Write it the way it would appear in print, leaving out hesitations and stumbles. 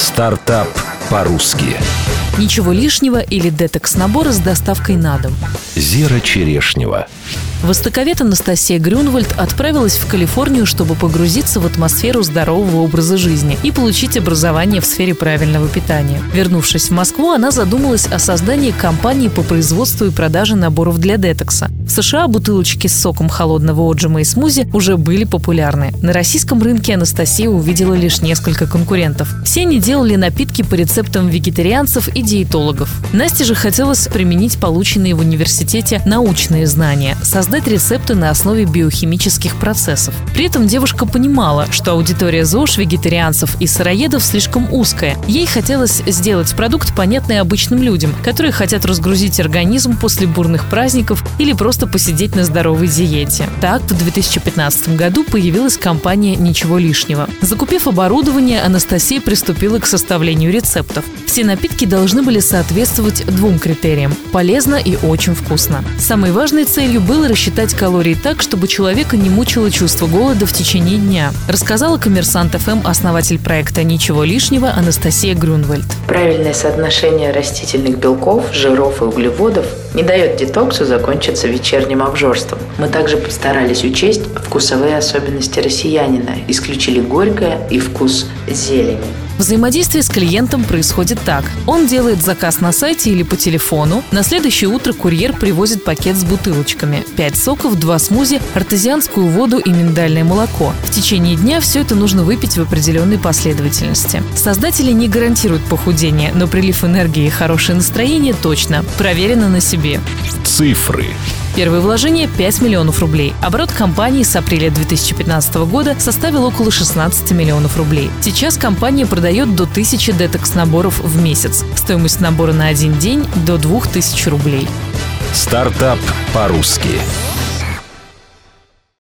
Стартап по-русски. Ничего лишнего или детокс-наборы с доставкой на дом. Зира Черешнева. Востоковед Анастасия Грюнвальд отправилась в Калифорнию, чтобы погрузиться в атмосферу здорового образа жизни и получить образование в сфере правильного питания. Вернувшись в Москву, она задумалась о создании компании по производству и продаже наборов для детокса. В США бутылочки с соком холодного отжима и смузи уже были популярны. На российском рынке Анастасия увидела лишь несколько конкурентов. Все они делали напитки по рецептам вегетарианцев и диетологов. Насте же хотелось применить полученные в университете научные знания, создать рецепты на основе биохимических процессов. При этом девушка понимала, что аудитория ЗОЖ, вегетарианцев и сыроедов слишком узкая. Ей хотелось сделать продукт, понятный обычным людям, которые хотят разгрузить организм после бурных праздников или просто посидеть на здоровой диете. Так, в 2015 году появилась компания «Ничего лишнего». Закупив оборудование, Анастасия приступила к составлению рецептов. Все напитки должны были соответствовать двум критериям – полезно и очень вкусно. Самой важной целью было рассчитать калории так, чтобы человека не мучило чувство голода в течение дня, рассказала «Коммерсант ФМ» основатель проекта «Ничего лишнего» Анастасия Грюнвальд. Правильное соотношение растительных белков, жиров и углеводов не дает детоксу закончиться вечерним обжорством. Мы также постарались учесть вкусовые особенности россиянина, исключили горькое и вкус зелени. Взаимодействие с клиентом происходит так. Он делает заказ на сайте или по телефону. На следующее утро курьер привозит пакет с бутылочками. 5 соков, 2 смузи, артезианскую воду и миндальное молоко. В течение дня все это нужно выпить в определенной последовательности. Создатели не гарантируют похудение, но прилив энергии и хорошее настроение точно. Проверено на себе. Цифры. Первое вложение – 5 миллионов рублей. Оборот компании с апреля 2015 года составил около 16 миллионов рублей. Сейчас компания продает до 1000 детокс-наборов в месяц. Стоимость набора на один день – до 2000 рублей. Стартап по-русски.